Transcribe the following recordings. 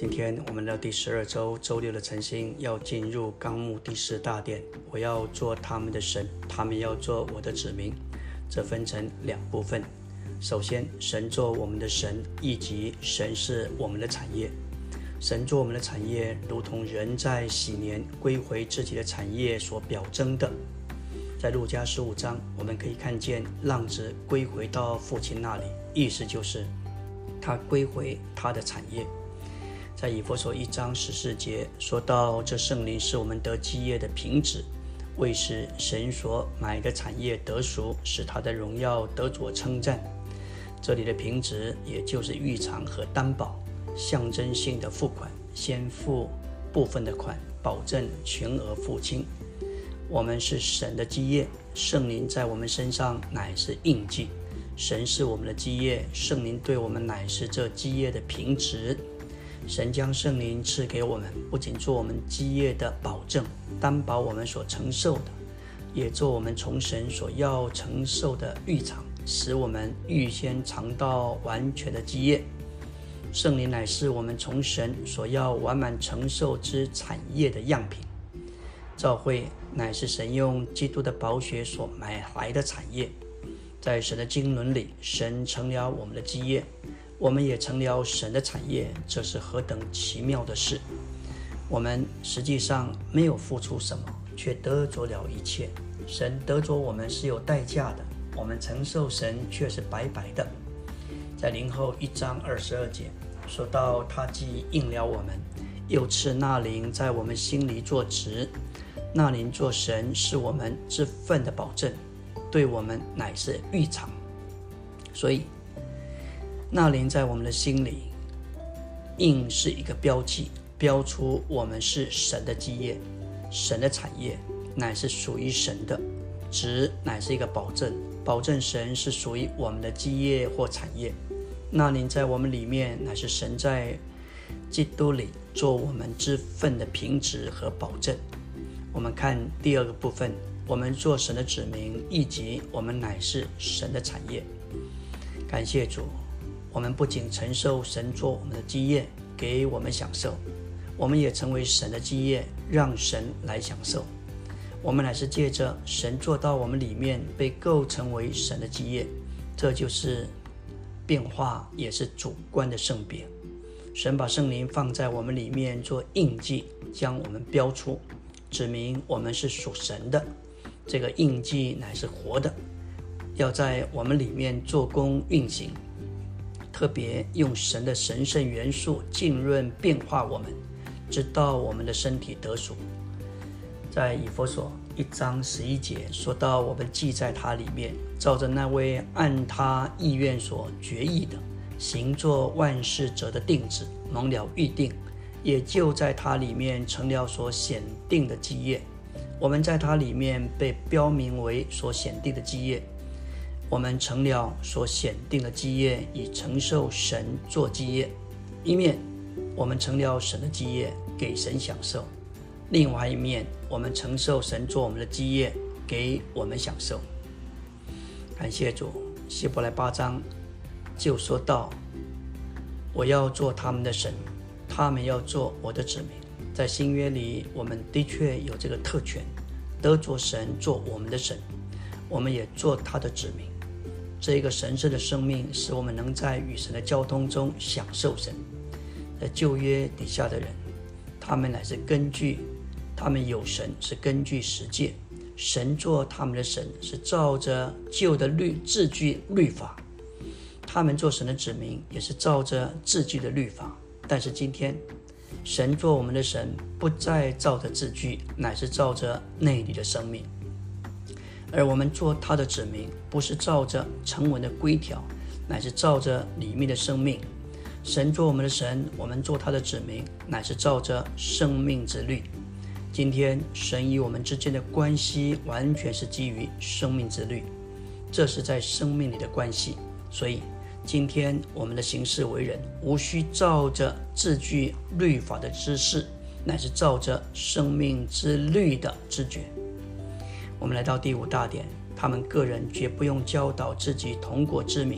今天我们的第12周周六的晨星要进入纲目第4大点，我要做他们的神，他们要做我的子民。这分成2部分。首先，神做我们的神，以及神是我们的产业。神做我们的产业，如同人在禧年归回自己的产业所表征的。在路加15章，我们可以看见浪子归回到父亲那里，意思就是他归回他的产业。在以弗所1章14节说到，这圣灵是我们得基业的凭子，为使神所买的产业得赎，使他的荣耀得着称赞。这里的凭子也就是预偿和担保，象征性的付款，先付部分的款，保证全额付清。我们是神的基业，圣灵在我们身上乃是印记。神是我们的基业，圣灵对我们乃是这基业的凭子。神将圣灵赐给我们，不仅做我们基业的保证，担保我们所承受的，也做我们从神所要承受的预偿，使我们预先尝到完全的基业。圣灵乃是我们从神所要完满承受之产业的样品。教会乃是神用基督的宝血所买来的产业。在神的经纶里，神成了我们的基业，我们也成了神的产业，这是何等奇妙的事！我们实际上没有付出什么，却得着了一切。神得着我们是有代价的，我们承受神却是白白的。在林后1章22节说到，他既应了我们，又赐那灵在我们心里作职。那灵做神是我们之分的保证，对我们乃是预偿。所以那灵在我们的心里，印是一个标记，标出我们是神的基业，神的产业乃是属于神的，职乃是一个保证，保证神是属于我们的基业或产业。那灵在我们里面，乃是神在基督里做我们之分的凭据和保证。我们看第2个部分，我们做神的子民，以及我们乃是神的产业。感谢主，我们不仅承受神做我们的基业给我们享受，我们也成为神的基业，让神来享受。我们乃是借着神做到我们里面，被构成为神的基业。这就是变化，也是主观的圣别。神把圣灵放在我们里面做印记，将我们标出，指明我们是属神的。这个印记乃是活的，要在我们里面做工运行，特别用神的神圣元素浸润变化我们，直到我们的身体得赎。在以弗所1章11节说到，我们既在他里面，照着那位按他意愿所决议的，行作万事者的定旨，蒙了预定，也就在他里面成了所显定的基业。我们在他里面被标明为所显定的基业，我们成了所显定的基业，以承受神做基业。一面我们成了神的基业，给神享受；另外一面，我们承受神做我们的基业，给我们享受。感谢主，希伯来8章就说到，我要做他们的神，他们要做我的子民。在新约里，我们的确有这个特权，得着神做我们的神，我们也做他的子民。这个神圣的生命使我们能在与神的交通中享受神。在旧约底下的人，他们乃是根据他们有神，是根据十诫，神做他们的神，是照着旧的字句律法。他们做神的子民，也是照着字句的律法。但是今天神做我们的神，不再照着字句，乃是照着内里的生命。而我们做他的子民，不是照着成文的规条，乃是照着里面的生命。神做我们的神，我们做他的子民，乃是照着生命之律。今天神与我们之间的关系完全是基于生命之律，这是在生命里的关系。所以今天我们的行事为人，无需照着字句律法的知识，乃是照着生命之律的知觉。我们来到第5大点，他们个人绝不用教导自己同国之民，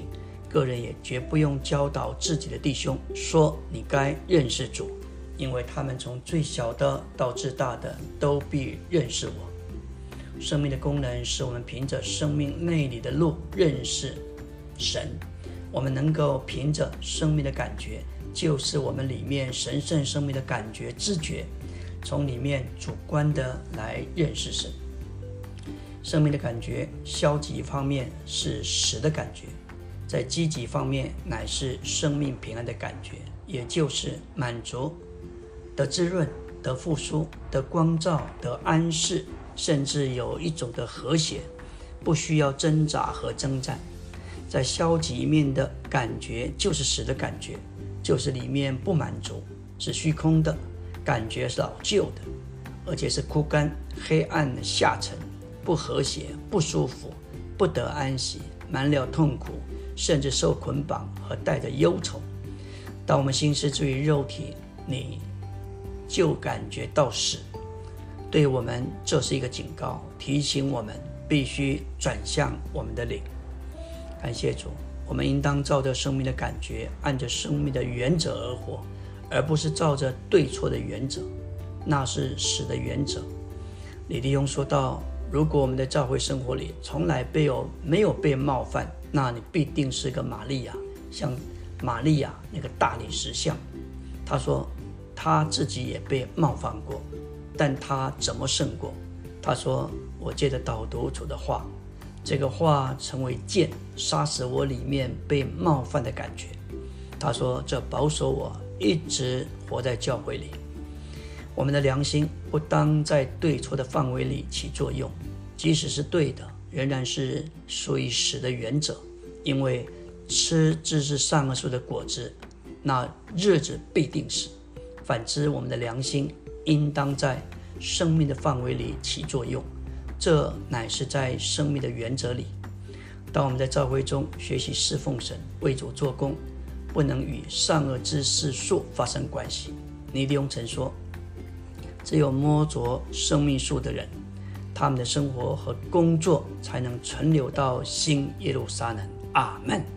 个人也绝不用教导自己的弟兄说你该认识主，因为他们从最小的到至大的都必认识我。生命的功能是我们凭着生命内里的路认识神，我们能够凭着生命的感觉，就是我们里面神圣生命的感觉知觉，从里面主观的来认识神。生命的感觉消极方面是死的感觉，在积极方面乃是生命平安的感觉，也就是满足、得滋润、得复苏、得光照、得安适，甚至有一种的和谐，不需要挣扎和征战。在消极面的感觉就是死的感觉，就是里面不满足，是虚空的感觉，是老旧的，而且是枯干、黑暗的下沉，不和谐、不舒服、不得安息，满了痛苦，甚至受捆绑和带着忧愁。当我们心思至于肉体，你就感觉到死。对我们这是一个警告，提醒我们必须转向我们的灵。感谢主，我们应当照着生命的感觉，按着生命的原则而活，而不是照着对错的原则，那是死的原则。李弟兄说到，如果我们在教会生活里从来没有被冒犯，那你必定是个玛利亚，像玛利亚那个大理石像。他说他自己也被冒犯过，但他怎么胜过？他说，我借着导读主的话，这个话成为剑，杀死我里面被冒犯的感觉。他说，这保守我一直活在教会里。我们的良心不当在对错的范围里起作用，即使是对的，仍然是属于死的原则，因为吃知识善恶树的果子，那日子必定死。反之，我们的良心应当在生命的范围里起作用，这乃是在生命的原则里。当我们在教会中学习侍奉神，为主做工，不能与善恶之事树发生关系。尼弟兄曾说，只有摸着生命树的人，他们的生活和工作才能存留到新耶路撒冷。阿们。